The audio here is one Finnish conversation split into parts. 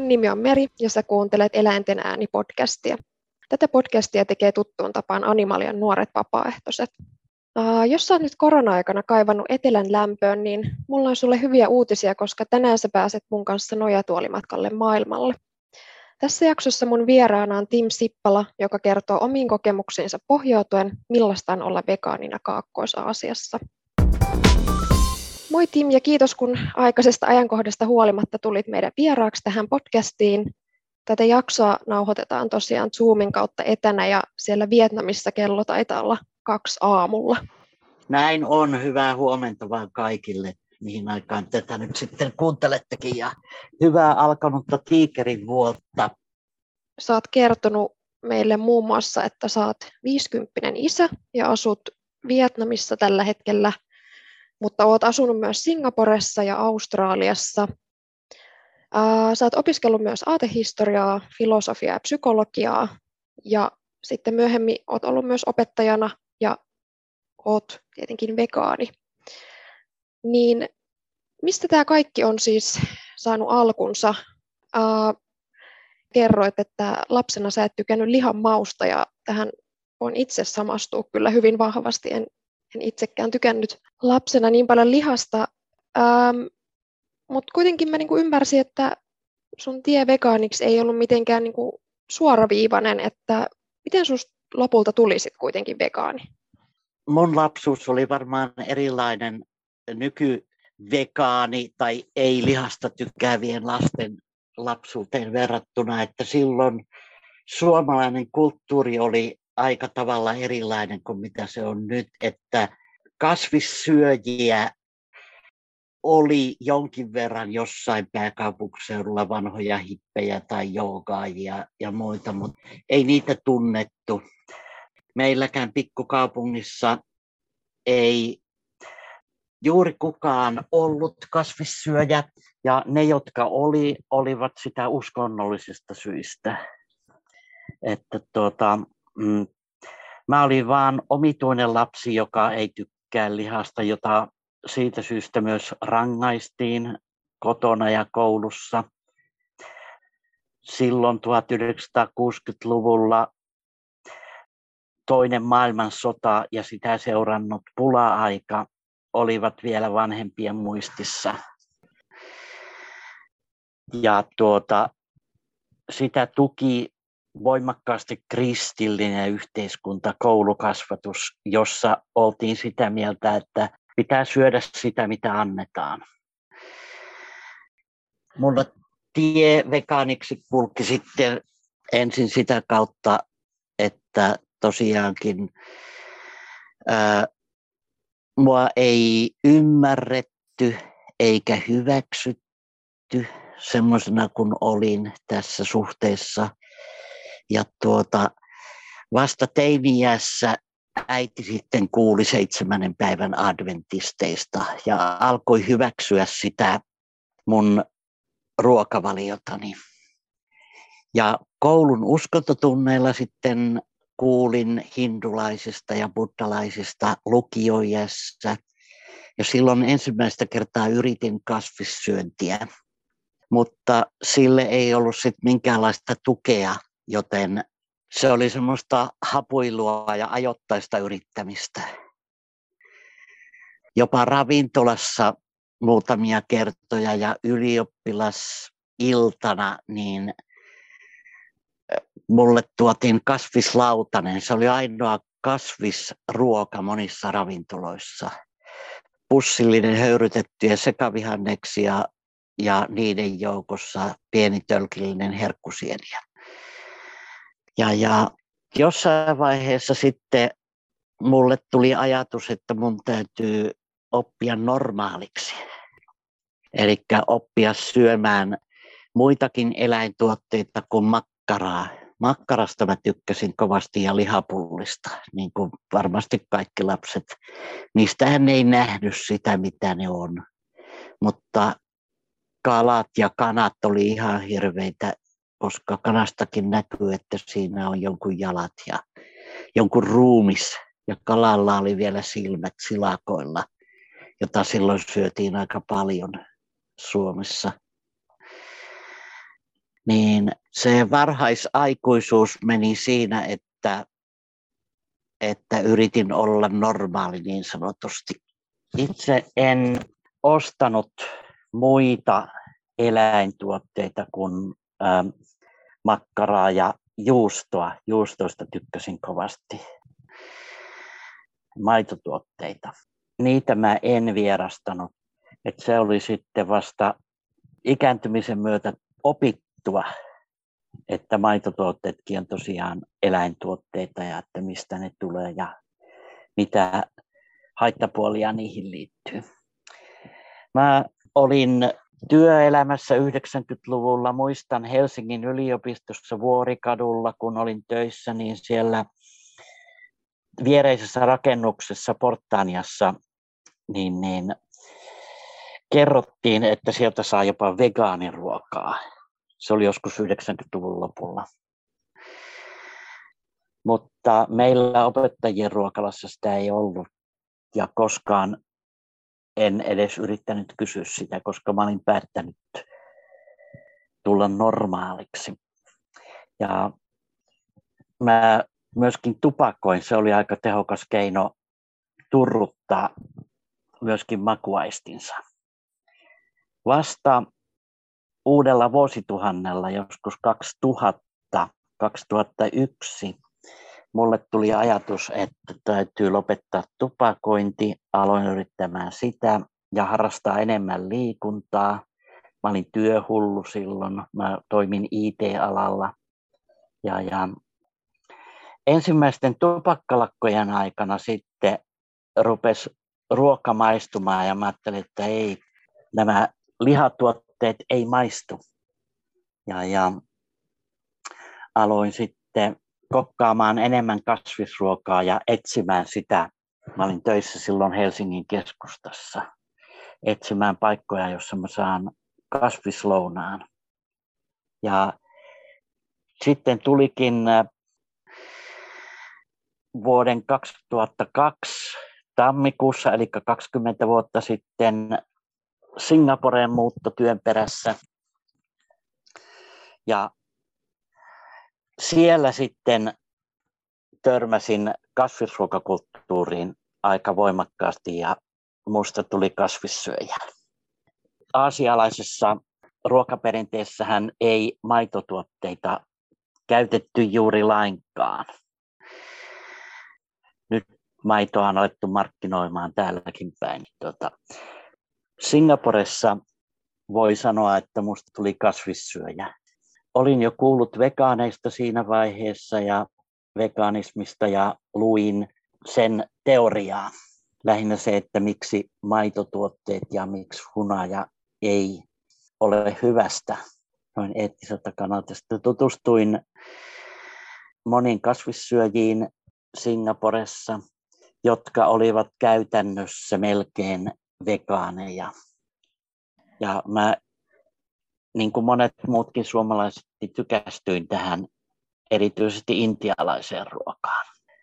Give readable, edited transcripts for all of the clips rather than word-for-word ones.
Mun nimi on Meri ja sä kuuntelet Eläinten ääni-podcastia. Tätä podcastia tekee tuttuun tapaan Animalian nuoret vapaaehtoiset. Jos sä oot nyt korona-aikana kaivannut etelän lämpöön, niin mulla on sulle hyviä uutisia, koska tänään sä pääset mun kanssa nojatuolimatkalle maailmalle. Tässä jaksossa mun vieraana on Tim Sippala, joka kertoo omiin kokemuksiinsa pohjautuen, millaista on olla vegaanina Kaakkois-Aasiassa. Moi Tim ja kiitos kun aikaisesta ajankohdasta huolimatta tulit meidän vieraaksi tähän podcastiin. Tätä jaksoa nauhoitetaan tosiaan Zoomin kautta etänä ja siellä Vietnamissa kello taitaa olla 2 aamulla. Näin on. Hyvää huomenta vaan kaikille, mihin aikaan tätä nyt sitten kuuntelettekin. Ja hyvää alkanutta tiikerin vuotta. Sä oot kertonut meille muun muassa, että sä oot 50 isä ja asut Vietnamissa tällä hetkellä, mutta oot asunut myös Singaporessa ja Australiassa. Sä oot opiskellut myös aatehistoriaa, filosofiaa ja psykologiaa ja sitten myöhemmin oot ollut myös opettajana ja oot tietenkin vegaani. Niin mistä tämä kaikki on siis saanut alkunsa? Kerroit, että lapsena sä et tykännyt lihan mausta ja tähän voin itse samastua kyllä hyvin vahvasti. En itsekään tykännyt lapsena niin paljon lihasta, mutta kuitenkin mä ymmärsin, että sun tie vegaaniksi ei ollut mitenkään suoraviivainen, että miten susta lopulta tuli sit kuitenkin vegaani? Mun lapsuus oli varmaan erilainen nykyvegaani tai ei lihasta tykkäävien lasten lapsuuteen verrattuna, että silloin suomalainen kulttuuri oli aika tavalla erilainen kuin mitä se on nyt, että kasvissyöjiä oli jonkin verran jossain pääkaupunkiseudulla vanhoja hippejä tai joogaajia ja muita, mutta ei niitä tunnettu. Meilläkään pikkukaupungissa ei juuri kukaan ollut kasvissyöjä ja ne, jotka olivat sitä uskonnollisista syistä. Että mä olin vaan omituinen lapsi, joka ei tykkää lihasta, jota siitä syystä myös rangaistiin kotona ja koulussa. Silloin 1960-luvulla toinen maailmansota ja sitä seurannut pula-aika olivat vielä vanhempien muistissa. Ja sitä tuki voimakkaasti kristillinen yhteiskunta, koulukasvatus, jossa oltiin sitä mieltä, että pitää syödä sitä, mitä annetaan. Mulla tie vegaaniksi kulki sitten ensin sitä kautta, että tosiaankin mua ei ymmärretty eikä hyväksytty semmoisena kuin olin tässä suhteessa. Ja vasta teini-iässä äiti sitten kuuli 7. päivän adventisteista ja alkoi hyväksyä sitä mun ruokavaliotani. Ja koulun uskontotunneilla sitten kuulin hindulaisista ja buddhalaisista lukioiässä. Ja silloin ensimmäistä kertaa yritin kasvissyöntiä, mutta sille ei ollut sitten minkäänlaista tukea, joten se oli semmoista hapuilua ja ajoittaista yrittämistä. Jopa ravintolassa muutamia kertoja ja ylioppilasiltana niin mulle tuotiin kasvislautanen. Se oli ainoa kasvisruoka monissa ravintoloissa. Pussillinen höyrytettyjä sekavihanneksia ja niiden joukossa pienitölkillinen herkkusieniä. Ja jossain vaiheessa sitten mulle tuli ajatus, että mun täytyy oppia normaaliksi. Eli oppia syömään muitakin eläintuotteita kuin makkaraa. Makkarasta mä tykkäsin kovasti ja lihapullista, niin kuin varmasti kaikki lapset. Niistähän ei nähnyt sitä, mitä ne on. Mutta kalat ja kanat oli ihan hirveitä, koska kanastakin näkyy, että siinä on jonkun jalat ja jonkun ruumis. Ja kalalla oli vielä silmät silakoilla, jota silloin syötiin aika paljon Suomessa. niin se varhaisaikuisuus meni siinä, että yritin olla normaali niin sanotusti. Itse en ostanut muita eläintuotteita kuin makkaraa ja juustoa. Juustoista tykkäsin kovasti. Maitotuotteita. Niitä mä en vierastanut. Et se oli sitten vasta ikääntymisen myötä opittua, että maitotuotteetkin on tosiaan eläintuotteita ja että mistä ne tulee ja mitä haittapuolia niihin liittyy. Mä olin työelämässä 90-luvulla, muistan Helsingin yliopistossa Vuorikadulla, kun olin töissä, niin siellä viereisessä rakennuksessa Portaniassa niin kerrottiin, että sieltä saa jopa vegaaniruokaa. Se oli joskus 90-luvun lopulla. Mutta meillä opettajien ruokalassa sitä ei ollut ja koskaan en edes yrittänyt kysyä sitä, koska mä olin päättänyt tulla normaaliksi. Ja mä myöskin tupakoin, se oli aika tehokas keino turruttaa myöskin makuaistinsa. Vasta uudella vuosituhannella, joskus 2001, mulle tuli ajatus, että täytyy lopettaa tupakointi. Aloin yrittämään sitä ja harrastaa enemmän liikuntaa. Mä olin työhullu silloin, mä toimin IT-alalla. Ja ensimmäisten tupakkalakkojen aikana sitten rupesi ruoka maistumaan ja mä ajattelin, että ei, nämä lihatuotteet ei maistu. Ja aloin sitten kokkaamaan enemmän kasvisruokaa ja etsimään sitä. Mä olin töissä silloin Helsingin keskustassa. Etsimään paikkoja, jossa mä saan kasvislounaan. Ja sitten tulikin vuoden 2002 tammikuussa, eli 20 vuotta sitten, Singaporeen muutto työn perässä. Ja siellä sitten törmäsin kasvisruokakulttuuriin aika voimakkaasti ja musta tuli kasvissyöjä. Aasialaisessa ruokaperinteessähän ei maitotuotteita käytetty juuri lainkaan. Nyt maitoa on alettu markkinoimaan täälläkin päin. Singaporessa voi sanoa, että musta tuli kasvissyöjä. Olin jo kuullut vegaaneista siinä vaiheessa ja vegaanismista ja luin sen teoriaa. Lähinnä se, että miksi maitotuotteet ja miksi hunaja ei ole hyvästä noin eettiseltä kannalta. Sitten tutustuin moniin kasvissyöjiin Singaporessa, jotka olivat käytännössä melkein vegaaneja. Ja mä, niin kuin monet muutkin suomalaiset, tykästyin tähän erityisesti intialaiseen ruokaan.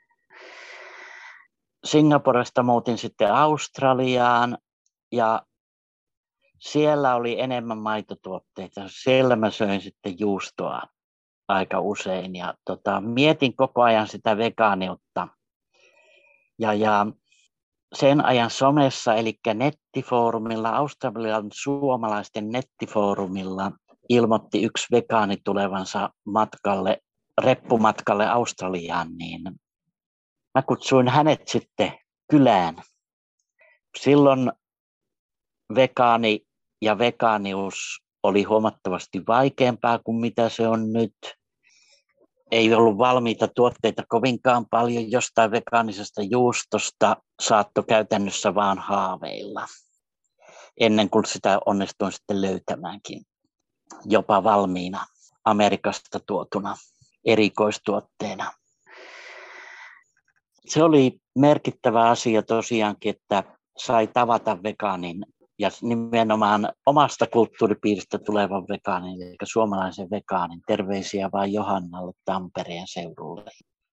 Singaporesta muutin sitten Australiaan ja siellä oli enemmän maitotuotteita. Siellä mä söin sitten juustoa aika usein ja mietin koko ajan sitä vegaaniutta. Ja sen ajan somessa, eli nettifoorumilla, Australian suomalaisten nettifoorumilla, ilmoitti yksi vegaani tulevansa reppumatkalle Australiaan, niin mä kutsuin hänet sitten kylään. Silloin vegaani ja vegaanius oli huomattavasti vaikeampaa kuin mitä se on nyt. Ei ollut valmiita tuotteita kovinkaan paljon. Jostain vegaanisesta juustosta saattoi käytännössä vaan haaveilla. Ennen kuin sitä onnistuin sitten löytämäänkin. Jopa valmiina Amerikasta tuotuna erikoistuotteena. Se oli merkittävä asia tosiaankin, että sai tavata vegaanin ja nimenomaan omasta kulttuuripiiristä tulevan vegaanin, eli suomalaisen vegaanin. Terveisiä vaan Johannalle Tampereen seudulle.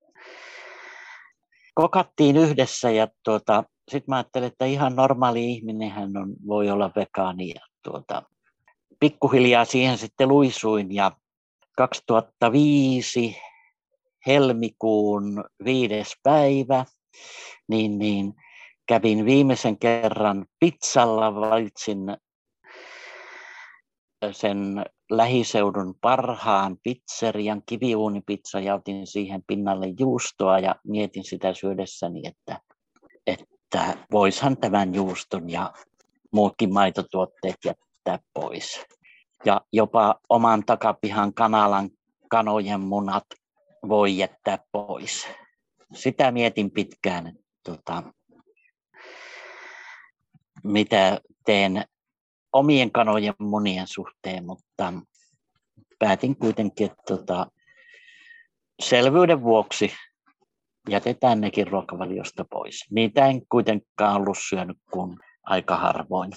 Kokattiin yhdessä ja sitten mä ajattelin, että ihan normaali ihminenhän voi olla vegaani. Ja pikkuhiljaa siihen sitten luisuin ja 2005 helmikuun 5. päivä, niin kävin viimeisen kerran pizzalla, valitsin sen lähiseudun parhaan pizzerian, kiviuunipizza, ja otin siihen pinnalle juustoa ja mietin sitä syödessäni, että voishan tämän juuston ja muutkin maitotuotteet jättää pois. Ja jopa oman takapihan kanalan kanojen munat voi jättää pois. Sitä mietin pitkään, mitä teen omien kanojen munien suhteen, mutta päätin kuitenkin, että selvyyden vuoksi jätetään nekin ruokavaliosta pois. Niitä en kuitenkaan ollut syönyt kuin aika harvoin.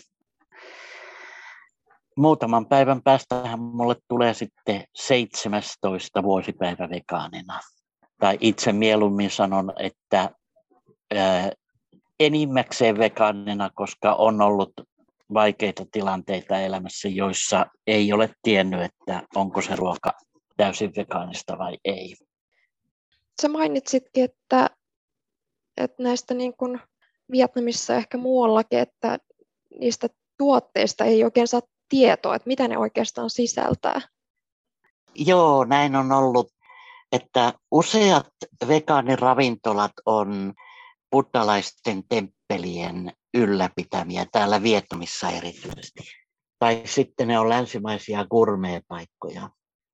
Muutaman päivän päästähän mulle tulee sitten 17 vuosipäivä vegaanina. Tai itse mieluummin sanon, että enimmäkseen vegaanina, koska on ollut vaikeita tilanteita elämässä, joissa ei ole tiennyt, että onko se ruoka täysin vegaanista vai ei. Sä mainitsitkin, että näistä niin kuin Vietnamissa ja ehkä muuallakin, että niistä tuotteista ei oikein saa tietoa, että mitä ne oikeastaan sisältää. Joo, näin on ollut, että useat vegaaniravintolat on buddhalaisten temppelien ylläpitämiä, täällä Vietnamissa erityisesti. Tai sitten ne on länsimaisia gourmet-paikkoja.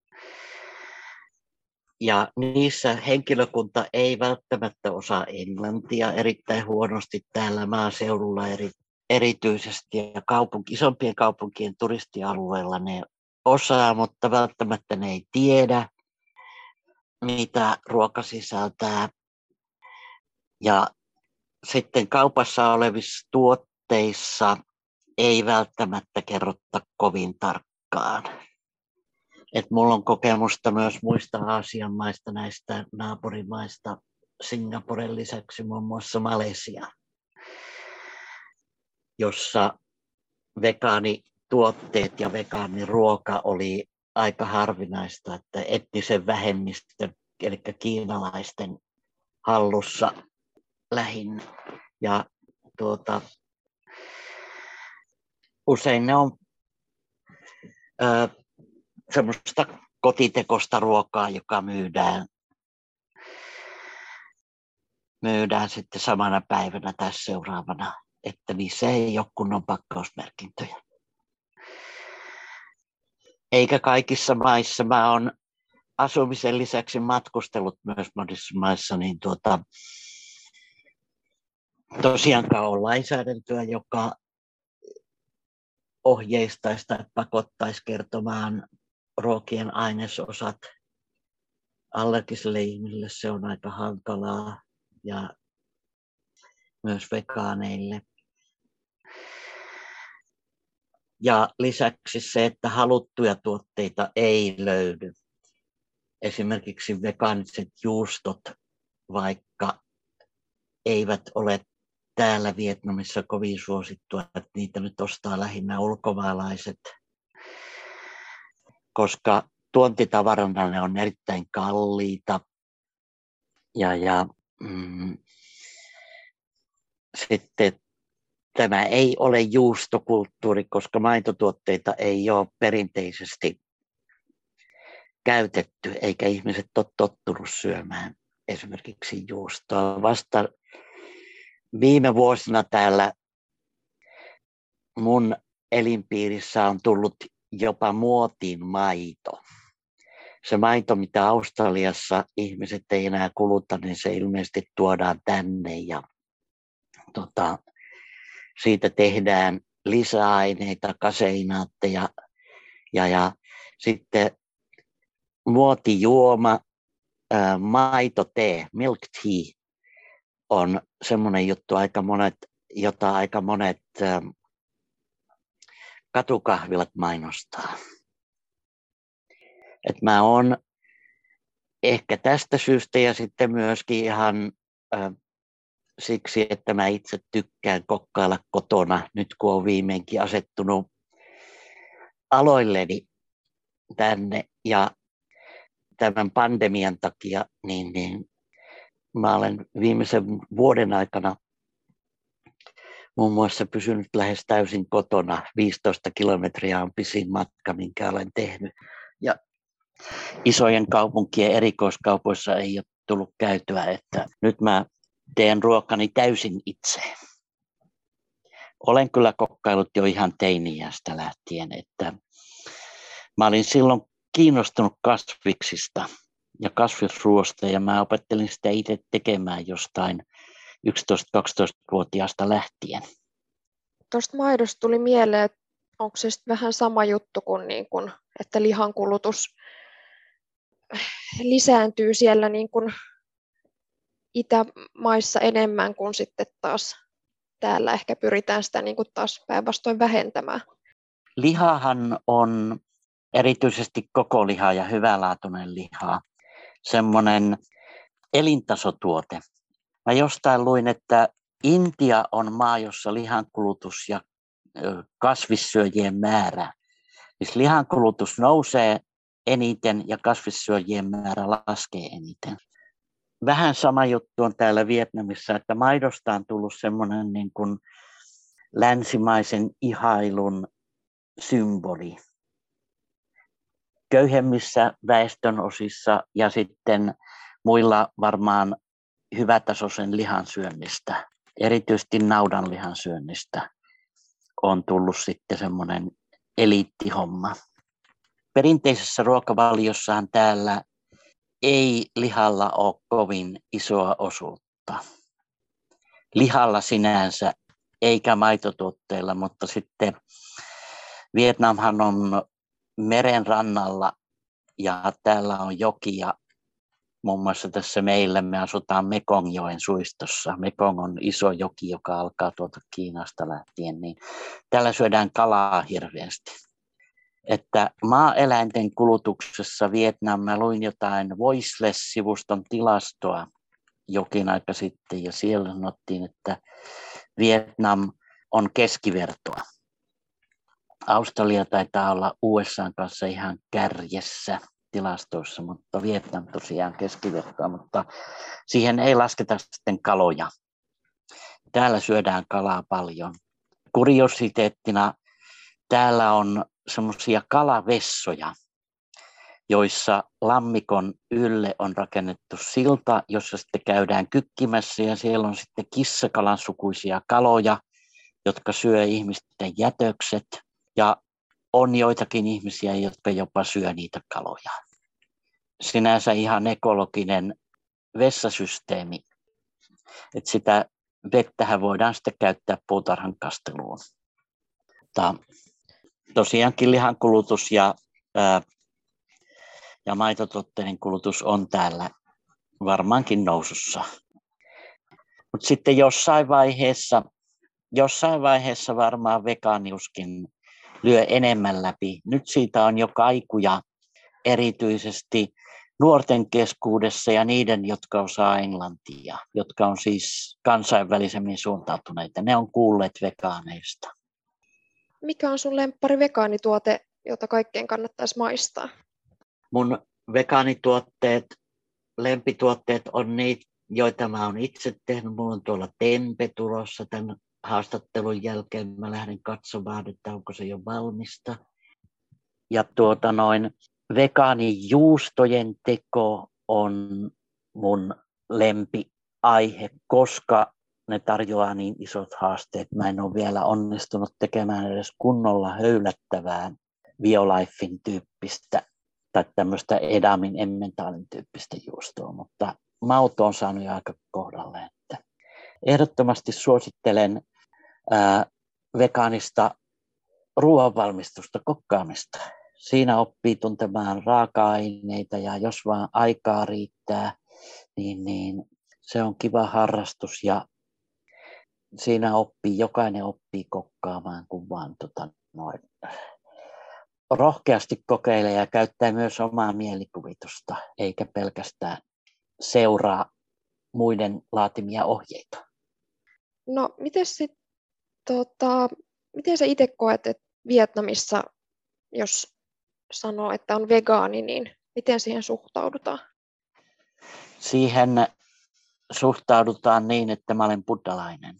Ja niissä henkilökunta ei välttämättä osaa englantia erittäin huonosti täällä maaseudulla erityisesti. Ja isompien kaupunkien turistialueilla ne osaa, mutta välttämättä ne ei tiedä, mitä ruoka sisältää. Ja sitten kaupassa olevissa tuotteissa ei välttämättä kerrota kovin tarkkaan. Mulla on kokemusta myös muista Aasian maista, näistä naapurimaista, Singaporen lisäksi muun muassa Malesia, jossa vegaanituotteet ja vegaaniruoka oli aika harvinaista, että etnisen vähemmistön, eli kiinalaisten hallussa lähinnä. Ja usein ne on semmoista kotitekosta ruokaa, joka myydään sitten samana päivänä tai seuraavana, että niissä ei ole kunnon pakkausmerkintöjä. Eikä kaikissa maissa, mä oon asumisen lisäksi matkustellut myös monissa maissa, niin tosiaankaan on lainsäädäntöä, joka ohjeistaisi tai pakottaisi kertomaan ruokien ainesosat. Allergisille ihmisille se on aika hankalaa ja myös vegaaneille. Ja lisäksi se, että haluttuja tuotteita ei löydy. Esimerkiksi vegaaniset juustot, vaikka eivät ole täällä Vietnamissa kovin suosittua, että niitä nyt ostaa lähinnä ulkomaalaiset, koska tuontitavarana ne on erittäin kalliita. Sitten tämä ei ole juustokulttuuri, koska maitotuotteita ei ole perinteisesti käytetty, eikä ihmiset ole tottunut syömään esimerkiksi juustoa. Vasta viime vuosina täällä mun elinpiirissä on tullut jopa muotiin maito. Se maito, mitä Australiassa ihmiset ei enää kuluta, niin se ilmeisesti tuodaan tänne ja siitä tehdään lisäaineita, kaseinaatteja ja sitten muotijuoma, maitotee, milk tea, on semmoinen juttu, jota aika monet katukahvilat mainostaa. Et mä oon ehkä tästä syystä ja sitten myöskin ihan siksi, että mä itse tykkään kokkailla kotona, nyt kun on viimeinkin asettunut aloilleni tänne. Ja tämän pandemian takia, niin mä olen viimeisen vuoden aikana muun muassa pysynyt lähes täysin kotona. 15 kilometriä on pisin matka, minkä olen tehnyt. Ja isojen kaupunkien erikoiskaupoissa ei ole tullut käytyä, että nyt mä teen ruokani täysin itse. Olen kyllä kokkaillut jo ihan teini-iästä lähtien, että mä olin silloin kiinnostunut kasviksista ja kasvisruoasta ja mä opettelin sitä itse tekemään jostain 11-12-vuotiaasta lähtien. Tuosta maidosta tuli mieleen, että onko se sitten vähän sama juttu kuin, että lihankulutus lisääntyy siellä niin kuin Itämaissa enemmän kuin sitten taas täällä ehkä pyritään sitä niin kuin taas päinvastoin vähentämään. Lihahan on erityisesti koko liha ja hyvälaatuinen liha semmoinen elintasotuote. Mä jostain luin, että Intia on maa, jossa lihankulutus ja kasvissyöjien määrä. Siis lihankulutus nousee eniten ja kasvissyöjien määrä laskee eniten. Vähän sama juttu on täällä Vietnamissa, että maidosta on tullut semmoinen niin kuin länsimaisen ihailun symboli. Köyhemmissä väestönosissa ja sitten muilla varmaan hyvätasoisen lihan syönnistä, erityisesti naudanlihan syönnistä, on tullut sitten semmoinen eliittihomma. Perinteisessä ruokavaliossahan täällä ei lihalla ole kovin isoa osuutta. Lihalla sinänsä eikä maitotuotteilla, mutta sitten Vietnamhan on meren rannalla ja täällä on jokia. Muun muassa tässä meillä me asutaan Mekongjoen suistossa. Mekong on iso joki, joka alkaa tuolta Kiinasta lähtien, niin täällä syödään kalaa hirveästi. Että maa-eläinten kulutuksessa Vietnam, mä luin jotain Voiceless-sivuston tilastoa jokin aika sitten, ja siellä sanottiin, että Vietnam on keskivertoa. Australia taitaa olla USA:n kanssa ihan kärjessä tilastoissa, mutta Vietnam tosiaan keskivertoa, mutta siihen ei lasketa sitten kaloja. Täällä syödään kalaa paljon. Kuriositeettina täällä on semmoisia kalavessoja, joissa lammikon ylle on rakennettu silta, jossa sitten käydään kykkimässä ja siellä on sitten kissakalan sukuisia kaloja, jotka syö ihmisten jätökset ja on joitakin ihmisiä, jotka jopa syö niitä kaloja. Sinänsä ihan ekologinen vessasysteemi, että sitä vettähän voidaan sitten käyttää puutarhan kasteluun. Tosiaankin lihan kulutus ja maitotuotteiden kulutus on täällä varmaankin nousussa. Mutta sitten jossain vaiheessa varmaan vegaaniuskin lyö enemmän läpi. Nyt siitä on jo kaikuja erityisesti nuorten keskuudessa ja niiden, jotka osaa englantia, jotka on siis kansainvälisemmin suuntautuneita. Ne on kuulleet vegaaneista. Mikä on sun lemppari vegaanituote, jota kaikkien kannattaisi maistaa? Mun vegaanituotteet, lempituotteet on niitä, joita mä oon itse tehnyt. Mulla on tuolla tempe tulossa tämän haastattelun jälkeen. Mä lähden katsomaan, että onko se jo valmista. Ja vegaanijuustojen teko on mun lempiaihe, koska ne tarjoaa niin isot haasteet. Mä en ole vielä onnistunut tekemään edes kunnolla höylättävää Violifin tyyppistä tai tämmöistä Edamin Emmentaalin tyyppistä juustoa, mutta maut on saanut jo aika kohdalle. Että ehdottomasti suosittelen vegaanista ruoanvalmistusta, kokkaamista. Siinä oppii tuntemaan raaka-aineita ja jos vaan aikaa riittää, niin se on kiva harrastus ja siinä jokainen oppii kokkaamaan, kun vaan rohkeasti kokeilee ja käyttää myös omaa mielikuvitusta, eikä pelkästään seuraa muiden laatimia ohjeita. No, miten sä itse koet, että Vietnamissa, jos sanoo, että on vegaani, niin Miten siihen suhtaudutaan? Siihen suhtaudutaan niin, että mä olen buddhalainen.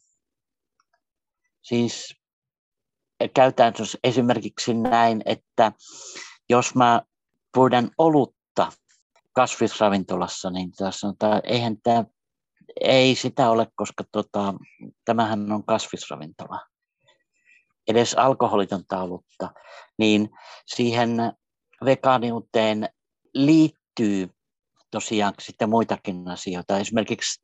Siis käytännössä esimerkiksi näin, että jos mä pyydän olutta kasvisravintolassa, niin sanotaan, ei sitä ole, koska tämähän on kasvisravintola. Edes alkoholitonta olutta, niin siihen vegaaniuteen liittyy tosiaan sitten muitakin asioita. Esimerkiksi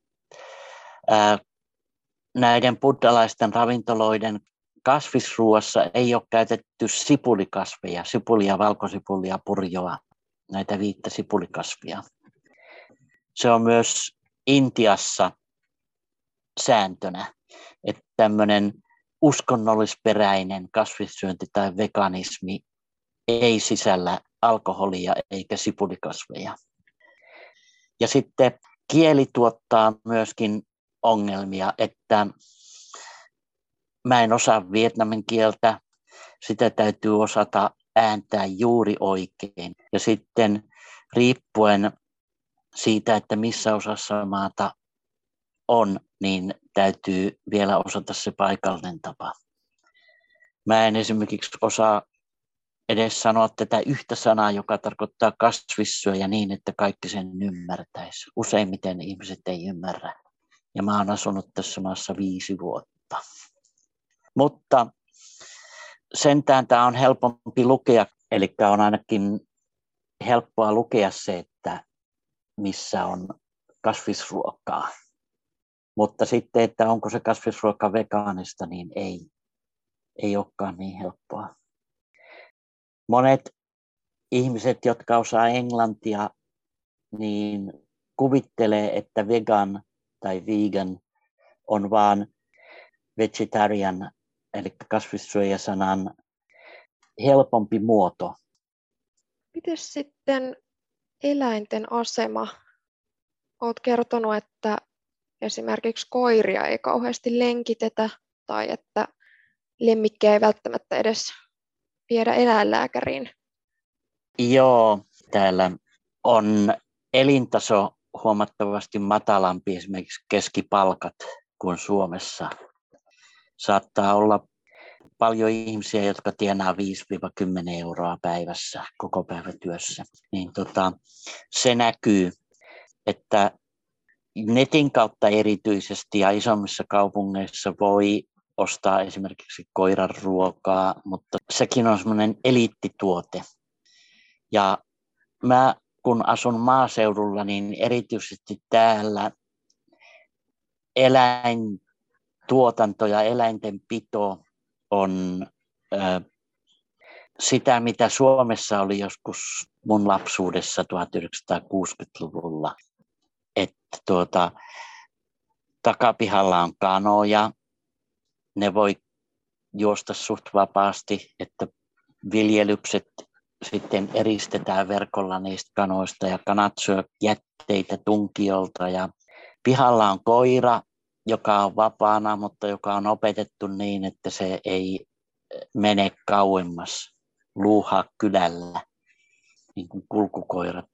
näiden buddhalaisten ravintoloiden kasvisruuassa ei ole käytetty sipulikasveja, sipulia, valkosipulia, purjoa, näitä 5 sipulikasvia. Se on myös Intiassa sääntönä, että tämmöinen uskonnollisperäinen kasvissyönti tai veganismi ei sisällä alkoholia eikä sipulikasveja. Ja sitten kieli tuottaa myöskin ongelmia, että mä en osaa vietnamin kieltä, sitä täytyy osata ääntää juuri oikein. Ja sitten riippuen siitä, että missä osassa maata on, niin täytyy vielä osata se paikallinen tapa. Mä en esimerkiksi osaa edes sanoa tätä yhtä sanaa, joka tarkoittaa kasvissyöjä niin, että kaikki sen ymmärtäisi. Useimmiten ihmiset ei ymmärrä. Ja mä oon asunut tässä maassa 5 vuotta. Mutta sentään tämä on helpompi lukea, eli on ainakin helppoa lukea se, että missä on kasvisruokaa. Mutta sitten, että onko se kasvisruoka vegaanista, niin ei olekaan niin helppoa. Monet ihmiset, jotka osaa englantia, niin kuvittelee, että vegan tai vegan on vaan vegetarian, eli kasvissyöjä-sanan helpompi muoto. Miten sitten eläinten asema? Olet kertonut, että esimerkiksi koiria ei kauheasti lenkitetä tai että lemmikkejä ei välttämättä edes viedä eläinlääkäriin. Joo, täällä on elintaso huomattavasti matalampi, esimerkiksi keskipalkat kuin Suomessa. Saattaa olla paljon ihmisiä, jotka tienaa 5-10 euroa päivässä koko päivätyössä. Niin se näkyy, että netin kautta erityisesti ja isommissa kaupungeissa voi ostaa esimerkiksi koiran ruokaa, mutta sekin on semmoinen eliittituote. Ja mä kun asun maaseudulla, niin erityisesti täällä eläintuotanto ja eläintenpito on sitä, mitä Suomessa oli joskus mun lapsuudessa 1960-luvulla. Että takapihalla on kanoja, ne voi juosta suht vapaasti, että viljelykset sitten eristetään verkolla niistä kanoista ja kanat syö jätteitä tunkiolta. Ja pihalla on koira, joka on vapaana, mutta joka on opetettu niin, että se ei mene kauemmas, luuhaa kylällä, niin kuin kulkukoirat.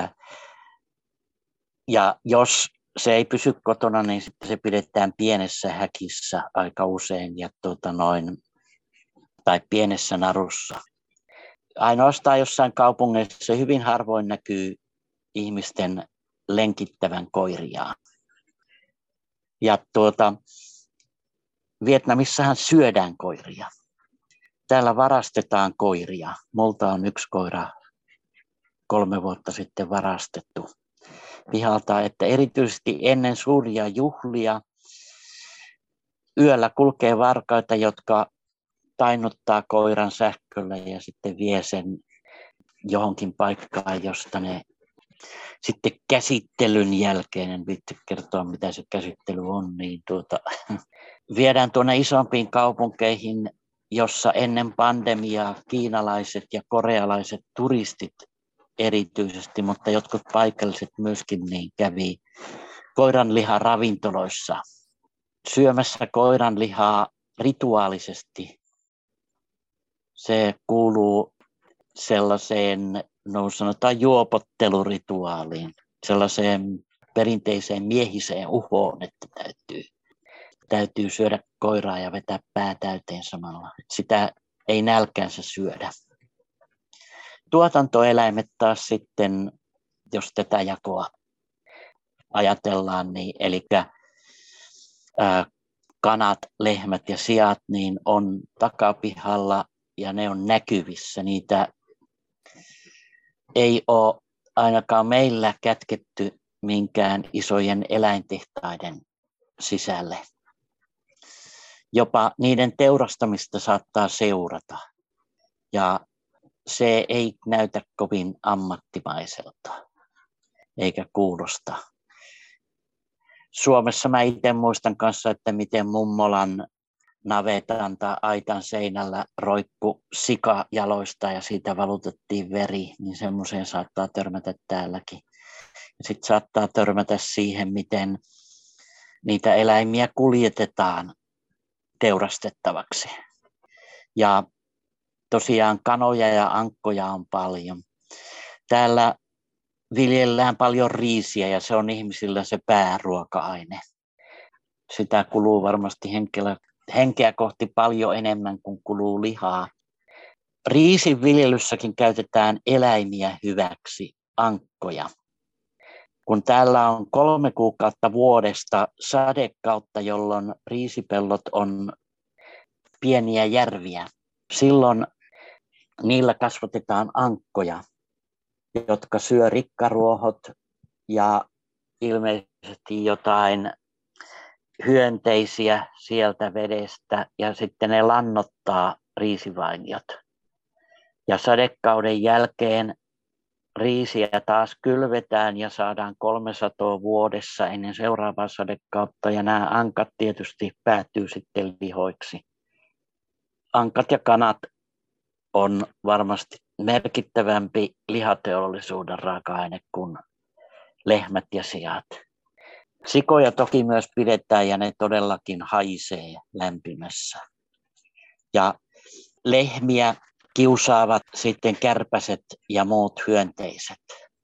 Ja jos se ei pysy kotona, niin sitten se pidetään pienessä häkissä aika usein ja tai pienessä narussa. Ainoastaan jossain kaupungeissa hyvin harvoin näkyy ihmisten lenkittävän koiriaan. Ja Vietnamissahan syödään koiria. Täällä varastetaan koiria. Multa on 1 koira 3 vuotta sitten varastettu pihalta, että erityisesti ennen suuria juhlia yöllä kulkee varkaita, jotka tainnuttaa koiran sähköllä ja sitten vie sen johonkin paikkaan, josta ne sitten käsittelyn jälkeen, en viitsi kertoa mitä se käsittely on, niin viedään tuonne isompiin kaupunkeihin, jossa ennen pandemiaa kiinalaiset ja korealaiset turistit erityisesti, mutta jotkut paikalliset myöskin niin kävi koiranliharavintoloissa syömässä koiranlihaa rituaalisesti. Se kuuluu sellaiseen sanotaan juopottelurituaaliin, sellaiseen perinteiseen miehiseen uhoon, että täytyy syödä koiraa ja vetää pää täyteen samalla. Sitä ei nälkäänsä syödä. Tuotantoeläimet taas sitten, jos tätä jakoa ajatellaan, niin eli kanat, lehmät ja siat niin on takapihalla ja ne on näkyvissä. Niitä ei ole ainakaan meillä kätketty minkään isojen eläintehtaiden sisälle. Jopa niiden teurastamista saattaa seurata ja se ei näytä kovin ammattimaiselta eikä kuulosta. Suomessa mä itse muistan kanssa, että miten mummolan navetan tai aitan seinällä roikku sika jaloista ja siitä valutettiin veri, niin semmoiseen saattaa törmätä täälläkin. Sitten saattaa törmätä siihen, miten niitä eläimiä kuljetetaan teurastettavaksi. Ja tosiaan kanoja ja ankkoja on paljon. Täällä viljellään paljon riisiä ja se on ihmisillä se pääruoka-aine. Sitä kuluu varmasti henkeä kohti paljon enemmän kuin kuluu lihaa. Riisin viljelyssäkin käytetään eläimiä hyväksi, ankkoja. Kun täällä on 3 kuukautta vuodesta sadekautta, jolloin riisipellot on pieniä järviä, silloin niillä kasvatetaan ankkoja, jotka syö rikkaruohot ja ilmeisesti jotain hyönteisiä sieltä vedestä ja sitten ne lannottaa riisivainiot. Ja sadekauden jälkeen riisiä taas kylvetään ja saadaan 300 vuodessa ennen seuraavaa sadekautta ja nämä ankat tietysti päätyy sitten lihoiksi. Ankat ja kanat on varmasti merkittävämpi lihateollisuuden raaka-aine kuin lehmät ja siat. Sikoja toki myös pidetään ja ne todellakin haisee lämpimässä. Ja lehmiä kiusaavat sitten kärpäset ja muut hyönteiset.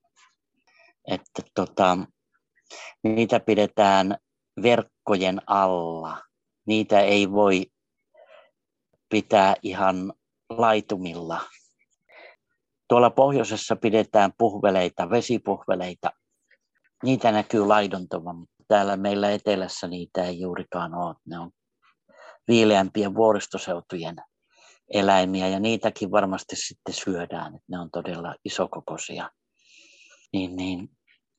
Että niitä pidetään verkkojen alla. Niitä ei voi pitää ihan laitumilla. Tuolla pohjoisessa pidetään puhveleita, vesipuhveleita. Niitä näkyy laiduntavan, mutta täällä meillä etelässä niitä ei juurikaan ole. Ne on viileämpien vuoristoseutujen eläimiä ja niitäkin varmasti sitten syödään. Että ne on todella isokokoisia. Niin.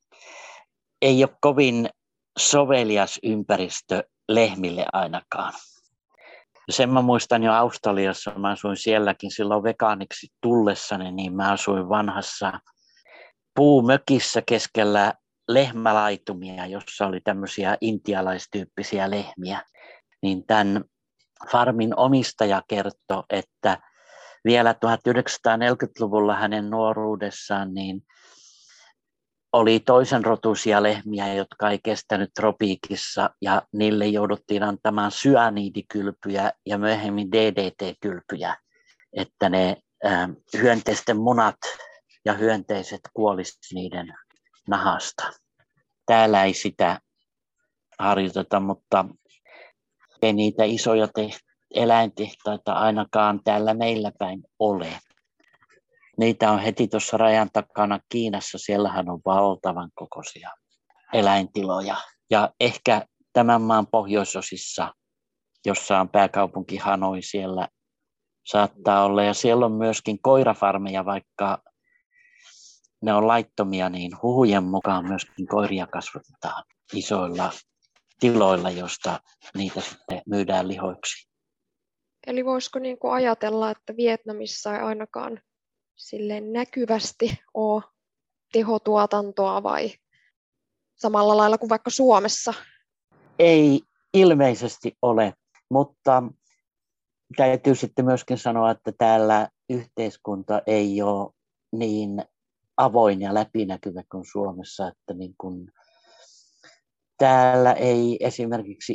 Ei ole kovin sovelias ympäristö lehmille ainakaan. Sen mä muistan jo Australiassa, mä asuin sielläkin silloin vegaaniksi tullessani, niin mä asuin vanhassa puumökissä keskellä lehmälaitumia, jossa oli tämmöisiä intialaistyyppisiä lehmiä. Niin tämän farmin omistaja kertoi, että vielä 1940-luvulla hänen nuoruudessaan niin oli toisenrotuisia lehmiä, jotka ei kestänyt tropiikissa ja niille jouduttiin antamaan syanidikylpyjä ja myöhemmin DDT-kylpyjä, että ne hyönteisten munat ja hyönteiset kuolisivat niiden nahasta. Täällä ei sitä harjoiteta, mutta ei niitä isoja eläintehtaita ainakaan täällä meillä päin ole. Niitä on heti tuossa rajan takana Kiinassa, siellähän on valtavan kokoisia eläintiloja. Ja ehkä tämän maan pohjoisosissa, jossa on pääkaupunki Hanoi, siellä saattaa olla. Ja siellä on myöskin koirafarmeja, vaikka ne on laittomia, niin huhujen mukaan myöskin koiria kasvatetaan isoilla tiloilla, josta niitä sitten myydään lihoiksi. Eli voisiko niin kuin ajatella, että Vietnamissa ei ainakaan silleen näkyvästi ole tehotuotantoa vai samalla lailla kuin vaikka Suomessa? Ei ilmeisesti ole, mutta täytyy sitten myöskin sanoa, että täällä yhteiskunta ei ole niin avoin ja läpinäkyvä kuin Suomessa, että niin kuin täällä ei esimerkiksi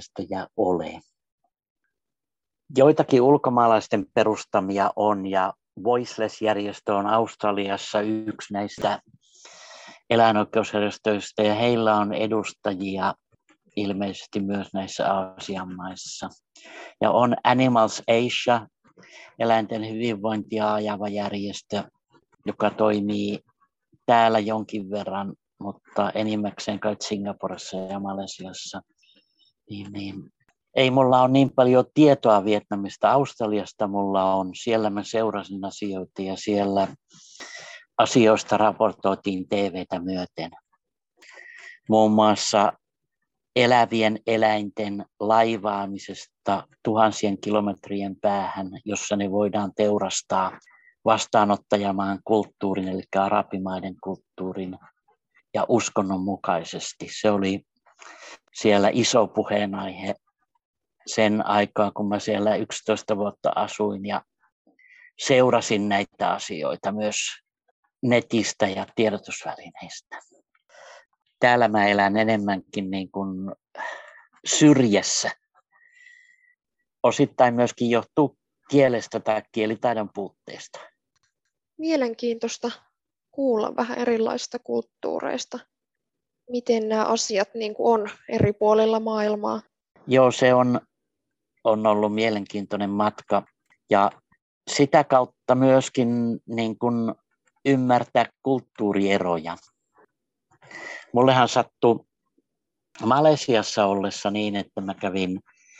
eläinoikeusjärjestöjä ole. Joitakin ulkomaalaisten perustamia on ja Voiceless-järjestö on Australiassa yksi näistä eläinoikeusjärjestöistä ja heillä on edustajia ilmeisesti myös näissä Aasian maissa. Ja on Animals Asia, eläinten hyvinvointia ajava järjestö, joka toimii täällä jonkin verran, mutta enimmäkseen kai Singaporessa ja Malesiassa. Niin. Ei mulla ole niin paljon tietoa Vietnamista. Australiasta mulla on. Siellä mä seurasin asioita ja siellä asioista raportoitiin TV:tä myöten. Muun muassa elävien eläinten laivaamisesta tuhansien kilometrien päähän, jossa ne voidaan teurastaa vastaanottajamaan kulttuurin, eli arabimaiden kulttuurin ja uskonnon mukaisesti. Se oli siellä iso puheenaihe sen aikaa, kun mä siellä 11 vuotta asuin ja seurasin näitä asioita myös netistä ja tiedotusvälineistä. Täällä mä elän enemmänkin niin kuin syrjässä. Osittain myöskin johtuu kielestä tai kielitaidon puutteesta. Mielenkiintoista kuulla vähän erilaisista kulttuureista. Miten nämä asiat niin kuin on eri puolilla maailmaa? Joo, se on ollut mielenkiintoinen matka ja sitä kautta myöskin niin kuin ymmärtää kulttuurieroja. Mullehan sattui Malesiassa ollessa niin, että mä kävin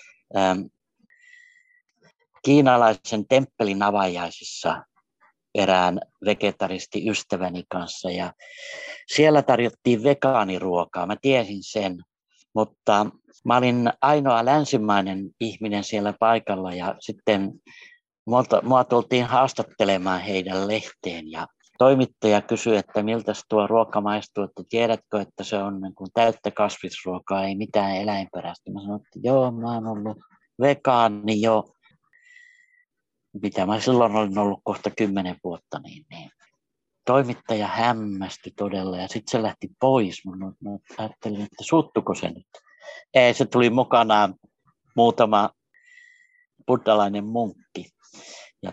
kiinalaisen temppelin avajaisissa erään vegetaristiystäväni kanssa ja siellä tarjottiin vegaaniruokaa. Mä tiesin sen, mutta mä olin ainoa länsimainen ihminen siellä paikalla ja sitten mua tultiin haastattelemaan heidän lehteen ja toimittaja kysyi, että miltä tuo ruoka maistuu, että tiedätkö, että se on niin kuin täyttä kasvisruokaa, ei mitään eläinperäistä. Mä sanoin, että joo, mä oon ollut vegaani jo, mitä mä silloin olin ollut kohta 10 vuotta, niin. Toimittaja hämmästyi todella ja sitten se lähti pois. Mä ajattelin, että suuttuko se nyt? Ei, se tuli mukanaan muutama buddhalainen munkki. Ja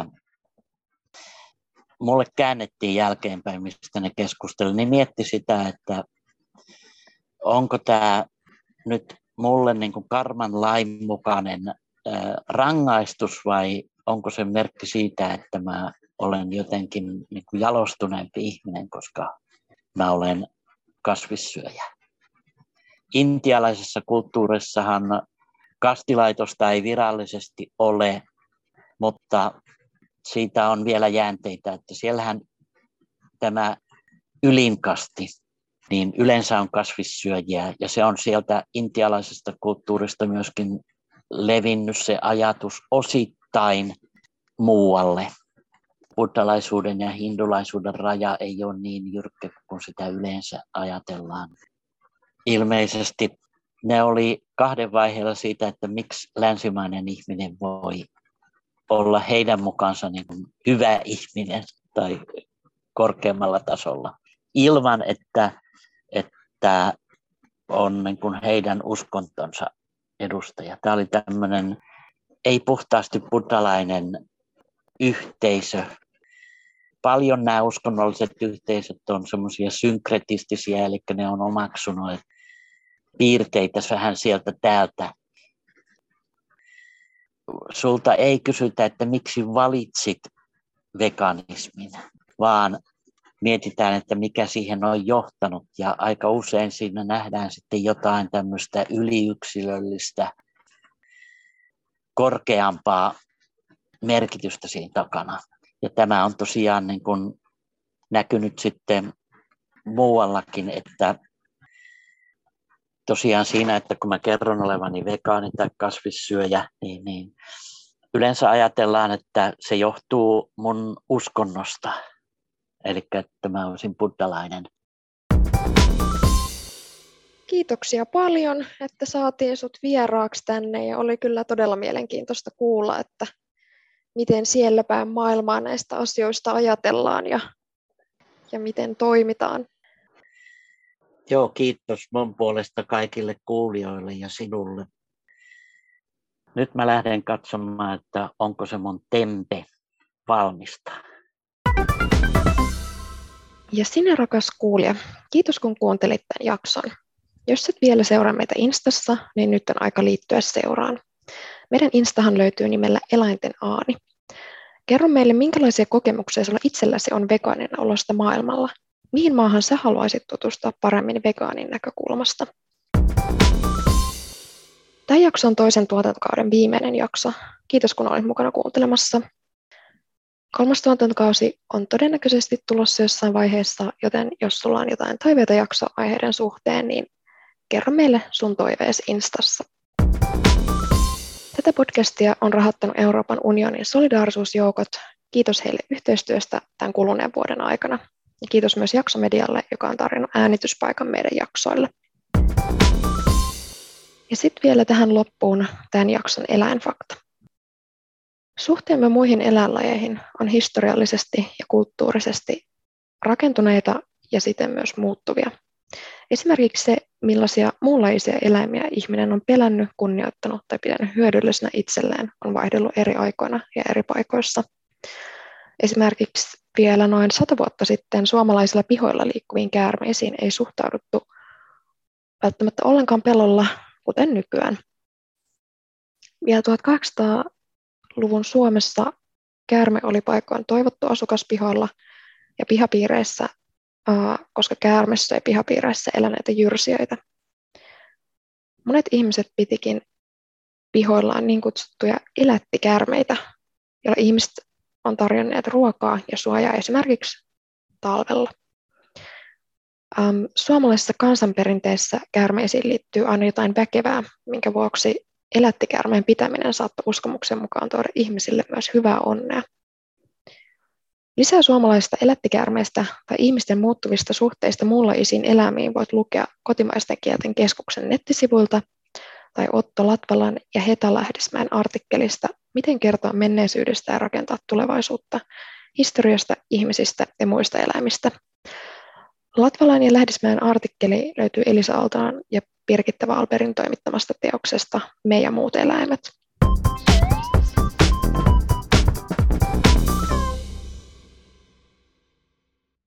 mulle käännettiin jälkeenpäin, mistä ne keskustelivat, niin mietti sitä, että onko tämä nyt mulle niin kuin karman lain mukainen rangaistus vai onko se merkki siitä, että mä olen jotenkin niin kuin jalostuneempi ihminen, koska mä olen kasvissyöjä. Intialaisessa kulttuurissahan kastilaitosta ei virallisesti ole, mutta siitä on vielä jäänteitä, että siellähän tämä ylinkasti niin yleensä on kasvissyöjiä ja se on sieltä intialaisesta kulttuurista myöskin levinnyt se ajatus osittain muualle. Buddhalaisuuden ja hindulaisuuden raja ei ole niin jyrkkä kuin sitä yleensä ajatellaan. Ilmeisesti ne oli 2 vaiheella siitä, että miksi länsimainen ihminen voi olla heidän mukaansa niin kuin hyvä ihminen tai korkeammalla tasolla ilman, että on niin kuin heidän uskontonsa edustaja. Tämä oli tämmöinen ei puhtaasti buddhalainen yhteisö. Paljon nämä uskonnolliset yhteisöt on semmoisia synkretistisiä, eli ne on omaksunut piirteitä vähän sieltä täältä. Sulta ei kysytä, että miksi valitsit veganismin, vaan mietitään, että mikä siihen on johtanut. Ja aika usein siinä nähdään sitten jotain tämmöistä yliyksilöllistä, korkeampaa merkitystä siinä takana. Ja tämä on tosiaan niin kuin näkynyt sitten muuallakin, että tosiaan siinä, että kun mä kerron olevani vegaani tai kasvissyöjä, niin yleensä ajatellaan, että se johtuu mun uskonnosta. Eli että mä olisin buddhalainen. Kiitoksia paljon, että saatiin sut vieraaksi tänne ja oli kyllä todella mielenkiintoista kuulla, että miten siellä päin maailmaa näistä asioista ajatellaan ja miten toimitaan. Joo, kiitos mun puolesta kaikille kuulijoille ja sinulle. Nyt mä lähden katsomaan, että onko se mun tempe valmistaa. Ja sinä, rakas kuulija, kiitos kun kuuntelit tämän jakson. Jos et vielä seuraa meitä Instassa, niin nyt on aika liittyä seuraan. Meidän Instahan löytyy nimellä Eläinten Aani. Kerro meille, minkälaisia kokemuksia sulla itselläsi on vegaanina olosta maailmalla. Mihin maahan sä haluaisit tutustua paremmin vegaanin näkökulmasta? Tämä jakso on toisen tuotantokauden viimeinen jakso. Kiitos, kun olit mukana kuuntelemassa. 3. tuotantokausi on todennäköisesti tulossa jossain vaiheessa, joten jos sulla on jotain toiveita jaksoaiheiden suhteen, niin kerro meille sun toiveesi Instassa. Tätä podcastia on rahoittanut Euroopan unionin solidaarisuusjoukot. Kiitos heille yhteistyöstä tämän kuluneen vuoden aikana. Ja kiitos myös Jaksomedialle, joka on tarjonnut äänityspaikan meidän jaksoille. Ja sitten vielä tähän loppuun tämän jakson eläinfakta. Suhteemme muihin eläinlajeihin on historiallisesti ja kulttuurisesti rakentuneita ja siten myös muuttuvia. Esimerkiksi se, millaisia muunlaisia eläimiä ihminen on pelännyt, kunnioittanut tai pitänyt hyödyllisenä itselleen, on vaihdellut eri aikoina ja eri paikoissa. Esimerkiksi vielä noin 100 vuotta sitten suomalaisilla pihoilla liikkuviin käärmeisiin ei suhtauduttu välttämättä ollenkaan pelolla, kuten nykyään. Vielä 1800-luvun Suomessa käärme oli paikoin toivottu asukas pihoilla ja pihapiireissä, koska käärme söi pihapiireissä eläneitä jyrsijöitä. Monet ihmiset pitikin pihoillaan niin kutsuttuja elättikäärmeitä, joilla ihmiset on tarjonneet ruokaa ja suojaa esimerkiksi talvella. Suomalaisessa kansanperinteessä käärmeisiin liittyy aina jotain väkevää, minkä vuoksi elättikäärmeen pitäminen saattaa uskomuksen mukaan tuoda ihmisille myös hyvää onnea. Lisää suomalaisista elättikäärmeistä tai ihmisten muuttuvista suhteista muunlaisiin eläimiin voit lukea Kotimaisten kielten keskuksen nettisivuilta tai Otto Latvalan ja Heta Lähdesmäen artikkelista Miten kertoa menneisyydestä ja rakentaa tulevaisuutta, historiasta, ihmisistä ja muista eläimistä. Latvalan ja Lähdesmäen artikkeli löytyy Elisa Aaltolan ja Birgitta Wahlbergin toimittamasta teoksesta Me ja muut eläimet.